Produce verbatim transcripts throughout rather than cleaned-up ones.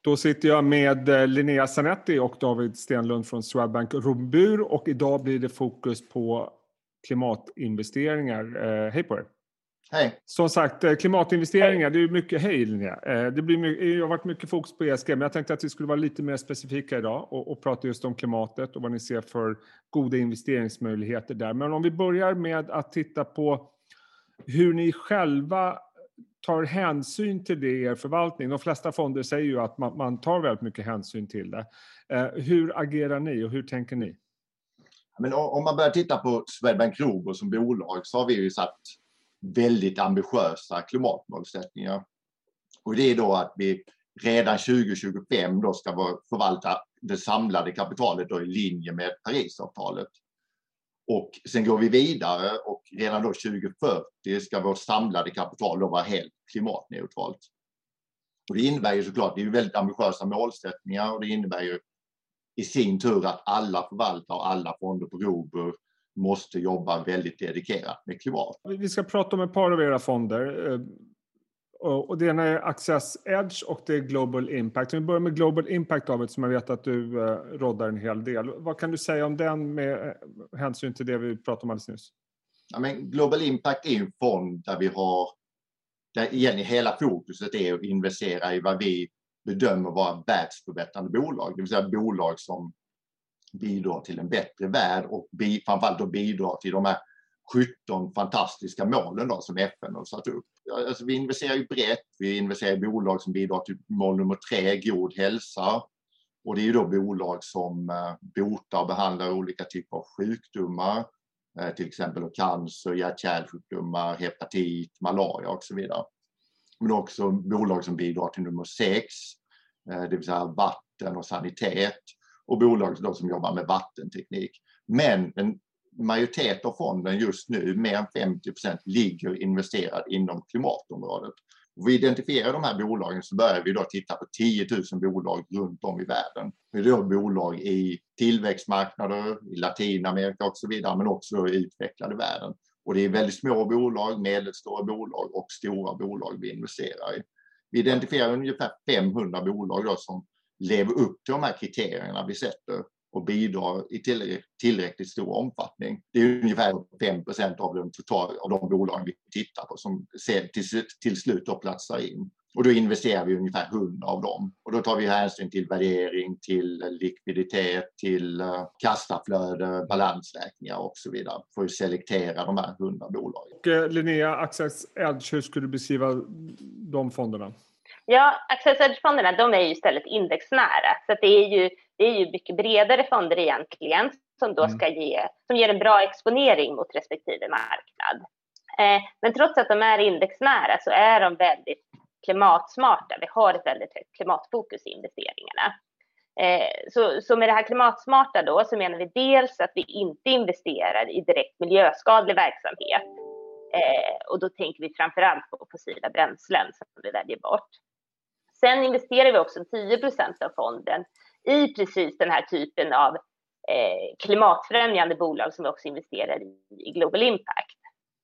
Då sitter jag med Linnea Zanetti och David Stenlund från Swedbank Robur och idag blir det fokus på klimatinvesteringar. Eh, hej på er! Hej! Som sagt, klimatinvesteringar, det är mycket, hej Linnea. Eh, det blir mycket, det har varit mycket fokus på E S G, men jag tänkte att vi skulle vara lite mer specifika idag och, och prata just om klimatet och vad ni ser för goda investeringsmöjligheter där. Men om vi börjar med att titta på hur ni själva tar hänsyn till det i er förvaltning. De flesta fonder säger ju att man, man tar väldigt mycket hänsyn till det. Eh, hur agerar ni och hur tänker ni? Men om man börjar titta på Swedbank Robur som bolag så har vi ju satt väldigt ambitiösa klimatmålsättningar. Och det är då att vi redan tjugo tjugofem då ska förvalta det samlade kapitalet då i linje med Parisavtalet. Och sen går vi vidare och redan då tjugo fyrtio ska vårt samlade kapital då vara helt klimatneutralt. Och det innebär ju såklart, det är ju väldigt ambitiösa målsättningar och det innebär ju i sin tur att alla förvaltare och alla fonder på Robur måste jobba väldigt dedikerat med klimat. Vi ska prata om ett par av era fonder. Och det ena är Access Edge och det är Global Impact. Vi börjar med Global Impact, David, som jag vet att du roddar en hel del. Vad kan du säga om den med hänsyn till det vi pratade om alldeles nyss? Ja, men Global Impact är en fond där vi har, där egentligen hela fokuset är att investera i vad vi bedömer vara världsförbättrande bolag. Det vill säga bolag som bidrar till en bättre värld och bi, framförallt då bidrar till de här sjutton fantastiska målen då, som F N har satt upp. Alltså, vi investerar ju brett, vi investerar i bolag som bidrar till mål nummer tre, god hälsa. Och det är ju då bolag som eh, botar och behandlar olika typer av sjukdomar. Eh, till exempel cancer, hjärt-kärlsjukdomar, hepatit, malaria och så vidare. Men också bolag som bidrar till nummer sex, eh, det vill säga vatten och sanitet. Och bolag då som jobbar med vattenteknik. Men en majoritet av fonden just nu, mer än femtio procent, ligger investerad inom klimatområdet. Och vi identifierar de här bolagen så börjar vi då titta på tio tusen bolag runt om i världen. Det är då bolag i tillväxtmarknader, i Latinamerika och så vidare, men också i utvecklade världen. Och det är väldigt små bolag, medelstora bolag och stora bolag vi investerar i. Vi identifierar ungefär femhundra bolag då som lever upp till de här kriterierna vi sätter och bidrar i tillräckligt, tillräckligt stor omfattning. Det är ungefär fem procent av de total, av de bolag vi tittar på som till, till slut då platsar in. Och då investerar vi ungefär hundra av dem. Och då tar vi hänsyn till värdering, till likviditet, till uh, kassaflöde, balansräkningar och så vidare för att selektera de här hundra bolagen. Och uh, Linnea, Access Edge, hur skulle du beskriva de fonderna? Ja, Access Edge-fonderna, de är ju istället indexnära. Så att det är ju det är ju mycket bredare fonder egentligen som då ska ge, som ger en bra exponering mot respektive marknad. Eh, men trots att de är indexnära så är de väldigt klimatsmarta. Vi har ett väldigt högt klimatfokus i investeringarna. Eh, så, så med det här klimatsmarta då så menar vi dels att vi inte investerar i direkt miljöskadlig verksamhet. Eh, och då tänker vi framförallt på fossila bränslen som vi väljer bort. Sen investerar vi också tio procent av fonden i precis den här typen av eh, klimatfrämjande bolag som vi också investerar i, i Global Impact.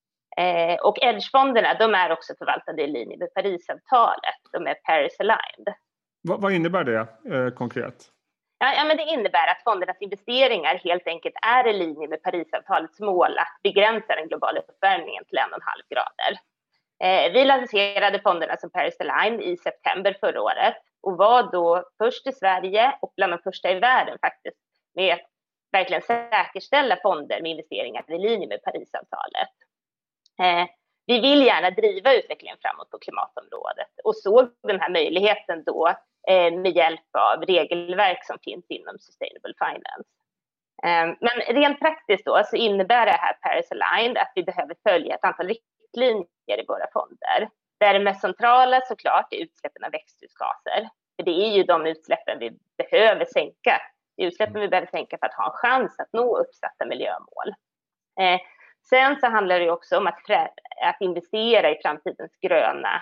Eh, och Edge-fonderna, de är också förvaltade i linje med Parisavtalet. De är Paris aligned. Va, vad innebär det eh, konkret? Ja, ja, men det innebär att fondernas investeringar helt enkelt är i linje med Parisavtalets mål att begränsa den globala uppvärmningen till en och en halv grader. Eh, vi lanserade fonderna som Paris Aligned i september förra året och var då först i Sverige och bland de första i världen faktiskt med att verkligen säkerställa fonder med investeringar i linje med Parisavtalet. Eh, vi vill gärna driva utvecklingen framåt på klimatområdet och såg den här möjligheten då eh, med hjälp av regelverk som finns inom Sustainable Finance. Eh, men rent praktiskt då så innebär det här Paris Aligned att vi behöver följa ett antal riktlinjer i våra fonder. Där det mest centrala såklart är utsläppen av växthusgaser. För det är ju de utsläppen vi behöver sänka. Det är utsläppen vi behöver sänka för att ha en chans att nå uppsatta miljömål. Eh, sen så handlar det också om att, frä- att investera i framtidens gröna,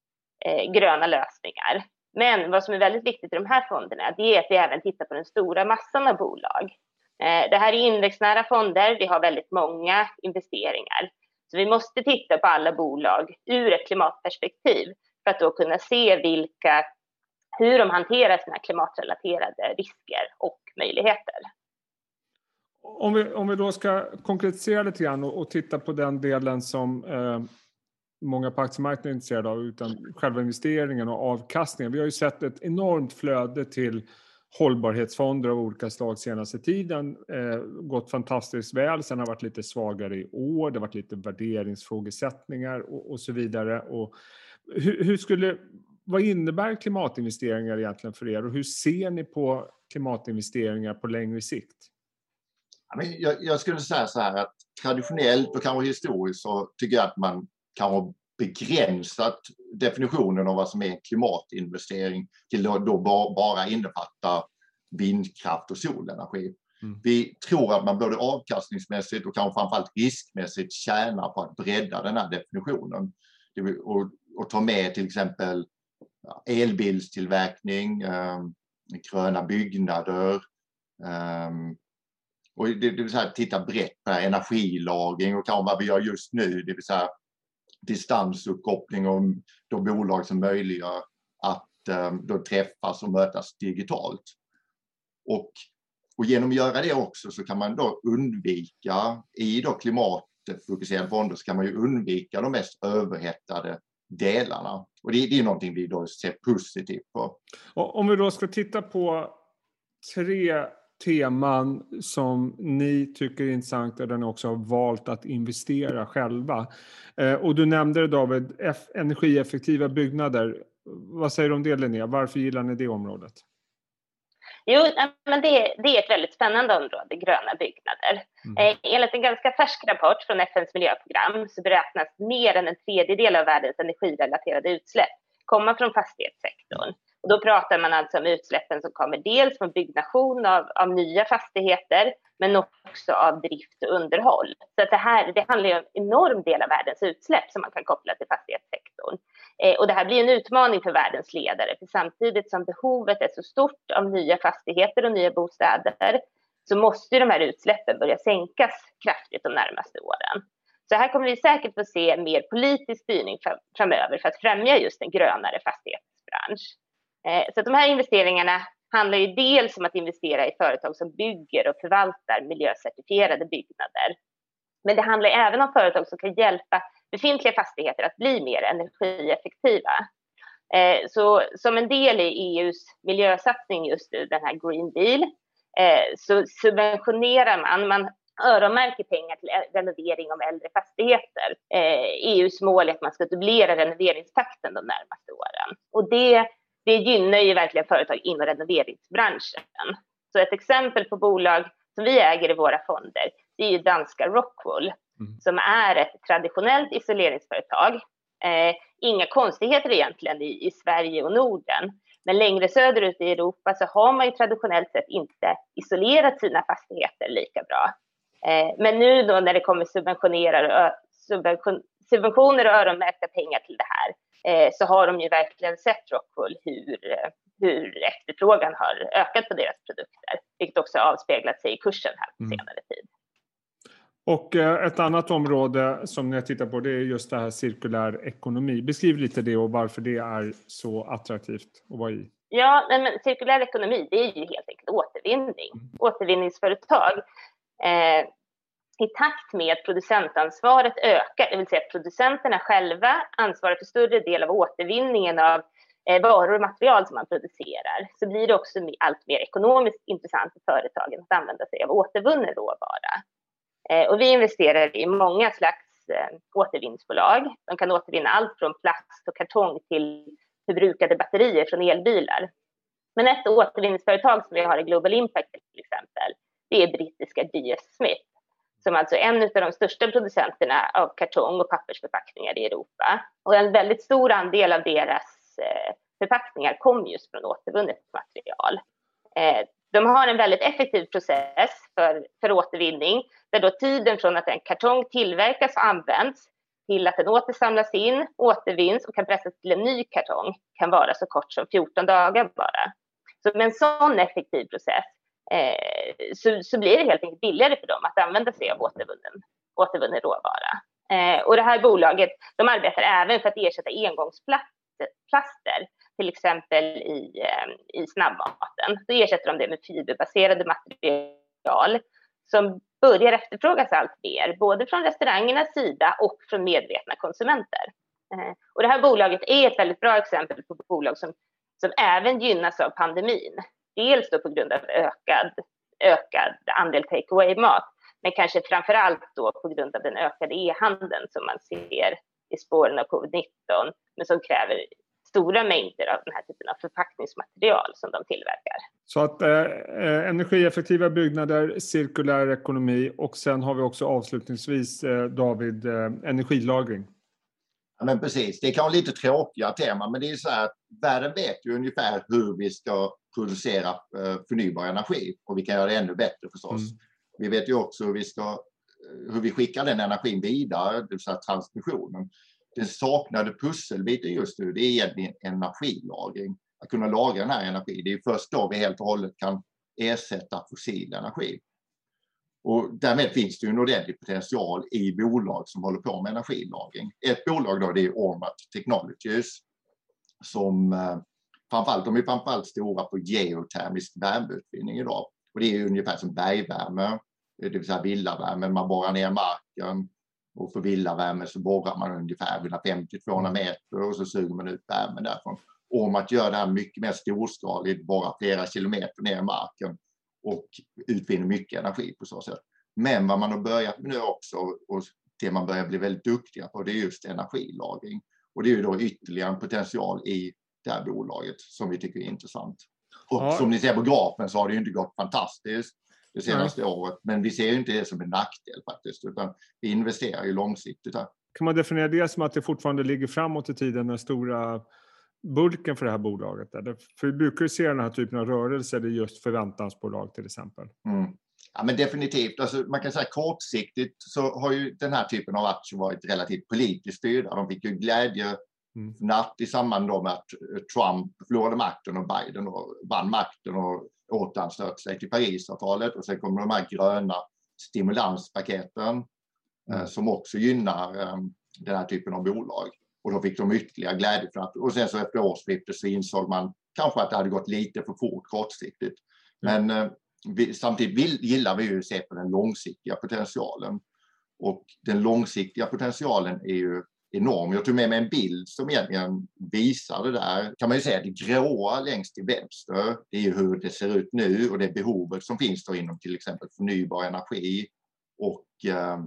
eh, gröna lösningar. Men vad som är väldigt viktigt i de här fonderna det är att vi även tittar på den stora massan av bolag. Eh, det här är indexnära fonder. Vi har väldigt många investeringar. Så vi måste titta på alla bolag ur ett klimatperspektiv för att då kunna se vilka hur de hanterar sina klimatrelaterade risker och möjligheter. Om vi, om vi då ska konkretisera lite grann och, och titta på den delen som eh, många på aktiemarknaden är intresserade av, utan själva investeringen och avkastningen. Vi har ju sett ett enormt flöde till hållbarhetsfonder av olika slag senaste tiden. Eh, gått fantastiskt väl, sen har det varit lite svagare i år, det har varit lite värderingsfrågesättningar och, och så vidare. Och hur, hur skulle, vad innebär klimatinvesteringar egentligen för er och hur ser ni på klimatinvesteringar på längre sikt? Jag, jag skulle säga så här att traditionellt och kanske historiskt så tycker jag att man kan ha begränsat definitionen av vad som är en klimatinvestering till att då bara innefatta vindkraft och solenergi. Mm. Vi tror att man både avkastningsmässigt och kanske framförallt riskmässigt tjänar på att bredda den här definitionen. Och, och ta med till exempel elbilstillverkning, eh, gröna byggnader, eh, och det, det vill säga titta brett på energilagring och kanske vad vi gör just nu, det vill säga distansuppkoppling och de bolag som möjliggör att um, då träffas och mötas digitalt. Och, och genom att göra det också så kan man då undvika, i då klimatfokuserade fonder så kan man ju undvika de mest överhettade delarna. Och det, det är någonting vi då ser positivt på. Och om vi då ska titta på tre teman som ni tycker är intressanta och där ni också har valt att investera själva. Eh, och du nämnde det, David, F- energieffektiva byggnader. Vad säger du om det, Linnea? Varför gillar ni det området? Jo, men det, det är ett väldigt spännande område, gröna byggnader. Mm. Eh, enligt en ganska färsk rapport från F N:s miljöprogram så beräknas mer än en tredjedel av världens energirelaterade utsläpp komma från fastighetssektorn. Och då pratar man alltså om utsläppen som kommer dels från byggnation av, av nya fastigheter men också av drift och underhåll. Så att det här det handlar ju om en enorm del av världens utsläpp som man kan koppla till fastighetssektorn. Eh, och det här blir en utmaning för världens ledare, för samtidigt som behovet är så stort av nya fastigheter och nya bostäder så måste ju de här utsläppen börja sänkas kraftigt de närmaste åren. Så här kommer vi säkert få se mer politisk styrning framöver för att främja just en grönare fastighetsbransch. Så att de här investeringarna handlar ju dels om att investera i företag som bygger och förvaltar miljöcertifierade byggnader. Men det handlar även om företag som kan hjälpa befintliga fastigheter att bli mer energieffektiva. Så som en del i E U:s miljösatsning, just den här Green Deal, så subventionerar man, man öronmärker pengar till renovering av äldre fastigheter. E U:s mål är att man ska dubblera renoveringstakten de närmaste åren. Och det Det gynnar ju verkligen företag inom renoveringsbranschen. Så ett exempel på bolag som vi äger i våra fonder, det är ju danska Rockwool, mm. som är ett traditionellt isoleringsföretag. Eh, inga konstigheter egentligen i, i Sverige och Norden. Men längre söderut i Europa så har man ju traditionellt sett inte isolerat sina fastigheter lika bra. Eh, men nu då när det kommer subventionerar, subvention, subventioner och öronmärkta pengar till det här, så har de ju verkligen sett Rockwool hur, hur efterfrågan har ökat på deras produkter. Vilket också avspeglat sig i kursen här på senare mm. tid. Och ett annat område som ni tittar på, det är just det här cirkulär ekonomi. Beskriv lite det och varför det är så attraktivt att vara i. Ja, men cirkulär ekonomi, det är ju helt enkelt återvinning. Mm. Återvinningsföretag. Eh, I takt med att producentansvaret ökar, det vill säga att producenterna själva ansvarar för större del av återvinningen av eh, varor och material som man producerar, så blir det också allt mer ekonomiskt intressant för företagen att använda sig av återvunnen råvara. Eh, och vi investerar i många slags eh, återvinningsbolag. De kan återvinna allt från plast och kartong till förbrukade batterier från elbilar. Men ett återvinningsföretag som vi har i Global Impact till exempel, det är brittiska D S Smith. Som alltså är en av de största producenterna av kartong- och pappersförpackningar i Europa. Och en väldigt stor andel av deras eh, förpackningar kommer just från återvunnet material. Eh, de har en väldigt effektiv process för, för återvinning. Där då tiden från att en kartong tillverkas och används till att den återsamlas in, återvinns och kan pressas till en ny kartong kan vara så kort som fjorton dagar bara. Så med en sån effektiv process Eh, så, så blir det helt enkelt billigare för dem att använda sig av återvunnen, återvunnen råvara. Eh, och det här bolaget, de arbetar även för att ersätta engångsplaster till exempel i, i snabbmaten. Då ersätter de det med fiberbaserade material som börjar efterfrågas allt mer, både från restaurangernas sida och från medvetna konsumenter. Och det här bolaget är ett väldigt bra exempel på bolag som, som även gynnas av pandemin. Dels då på grund av ökad, ökad andel take away-mat, men kanske framförallt då på grund av den ökade e-handeln som man ser i spåren av covid nitton, men som kräver stora mängder av den här typen av förpackningsmaterial som de tillverkar. Så att eh, energieffektiva byggnader, cirkulär ekonomi och sen har vi också avslutningsvis eh, David, eh, energilagring. Ja, men precis, det kan vara lite tråkiga tema, men det är så här att världen vet ju ungefär hur vi ska producera eh, förnybar energi och vi kan göra det ännu bättre förstås. Mm. Vi vet ju också hur vi, ska, hur vi skickar den energin vidare, det vill säga transmissionen. Den saknade pusselbiten just nu, det är egentligen energilagring. Att kunna lagra den här energin, det är först då vi helt och hållet kan ersätta fossil energi. Och därmed finns det ju en ordentlig potential i bolag som håller på med energilagring. Ett bolag då, det är Ormat Technologies som eh, framförallt, de är framförallt stora på geotermisk värmeutvinning idag. Och det är ju ungefär som bergvärme, det vill säga villavärme, man borrar ner marken. Och för villavärme så borrar man ungefär hundrafemtio till tvåhundra meter och så suger man ut värmen därifrån. Om att göra det här mycket mer storskaligt, borra flera kilometer ner i marken och utvinna mycket energi på så sätt. Men vad man har börjat med nu också och det man börjar bli väldigt duktiga på, det är just energilagring. Och det är ju då ytterligare en potential i det här bolaget som vi tycker är intressant. Och ja. Som ni ser på grafen så har det ju inte gått fantastiskt det senaste Nej. året. Men vi ser ju inte det som en nackdel faktiskt, utan vi investerar ju långsiktigt här. Kan man definiera det som att det fortfarande ligger framåt i tiden den stora bulken för det här bolaget? Eller? För vi brukar ju se den här typen av rörelser i just förväntansbolag till exempel. Mm. Ja, men definitivt. Alltså, man kan säga kortsiktigt så har ju den här typen av aktier varit relativt politiskt styrda. De fick ju glädje mm. natt i samband med att Trump förlorade makten och Biden då vann makten och återanslöt sig till Parisavtalet. Och sen kommer de här gröna stimulanspaketen mm. eh, som också gynnar eh, den här typen av bolag. Och då fick de ytterligare glädje för att, och sen så efter årsskiftet så insåg man kanske att det hade gått lite för fort kortsiktigt. Mm. Men eh, vi, samtidigt vill, gillar vi ju att se på den långsiktiga potentialen. Och den långsiktiga potentialen är ju enorm. Jag tog med mig en bild som egentligen visar det där. Kan man ju säga att det gråa längst till vänster, det är ju hur det ser ut nu och det behovet som finns då inom till exempel förnybar energi och eh,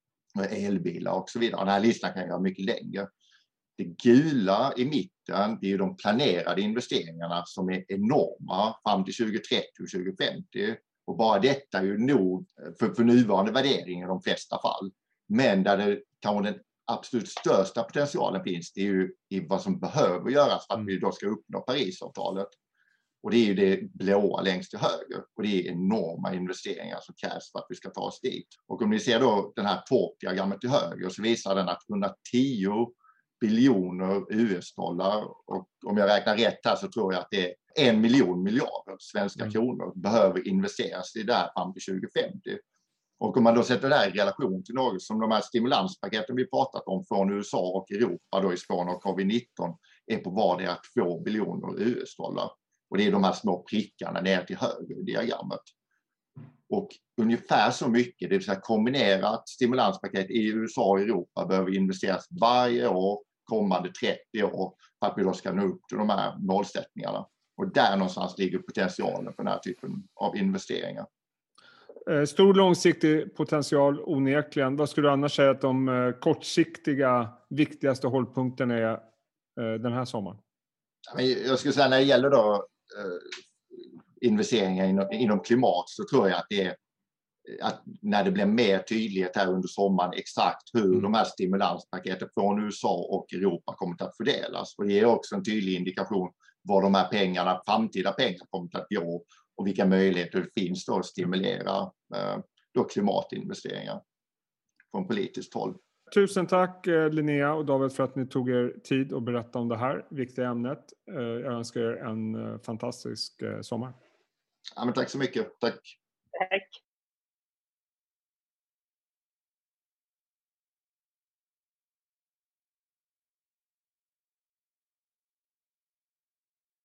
elbilar och så vidare. Den här listan kan göra mycket längre. Det gula i mitten, det är ju de planerade investeringarna som är enorma fram till tjugo trettio och tjugo femtio. Och bara detta är ju nog för, för nuvarande värdering i de flesta fall. Men där det kanske den absolut största potentialen finns, det är ju i vad som behöver göras för att vi då ska uppnå Parisavtalet. Och det är ju det blåa längst till höger. Och det är enorma investeringar som krävs för att vi ska ta oss dit. Och om ni ser då den här tårtdiagrammet till höger så visar den att hundratio biljoner U S-dollar och om jag räknar rätt här så tror jag att det är en miljon miljarder svenska mm. kronor behöver investeras i det här fram till tjugo femtio. Och om man då sätter det här i relation till något som de här stimulanspaketen vi pratat om från U S A och Europa då i spåren av covid nitton är på vardera två biljoner U S-dollar. Och det är de här små prickarna ner till höger i diagrammet. Och ungefär så mycket, det vill säga kombinerat stimulanspaket i U S A och Europa behöver investeras varje år kommande trettio år för att vi då ska nå upp till de här målsättningarna. Och där någonstans ligger potentialen för den här typen av investeringar. Stor långsiktig potential onekligen. Vad skulle du annars säga att de kortsiktiga viktigaste hållpunkterna är den här sommaren? Jag skulle säga när det gäller då investeringar inom, inom klimat så tror jag att det är att när det blir mer tydlighet här under sommaren exakt hur mm. de här stimulanspaketen från U S A och Europa kommer att fördelas. Och det ger också en tydlig indikation var de här pengarna, framtida pengar kommer att gå och vilka möjligheter det finns då att stimulera eh, då klimatinvesteringar från politiskt håll. Tusen tack Linnea och David för att ni tog er tid att berätta om det här viktiga ämnet. Jag önskar er en fantastisk sommar. Ja, men tack så mycket. Tack. Tack.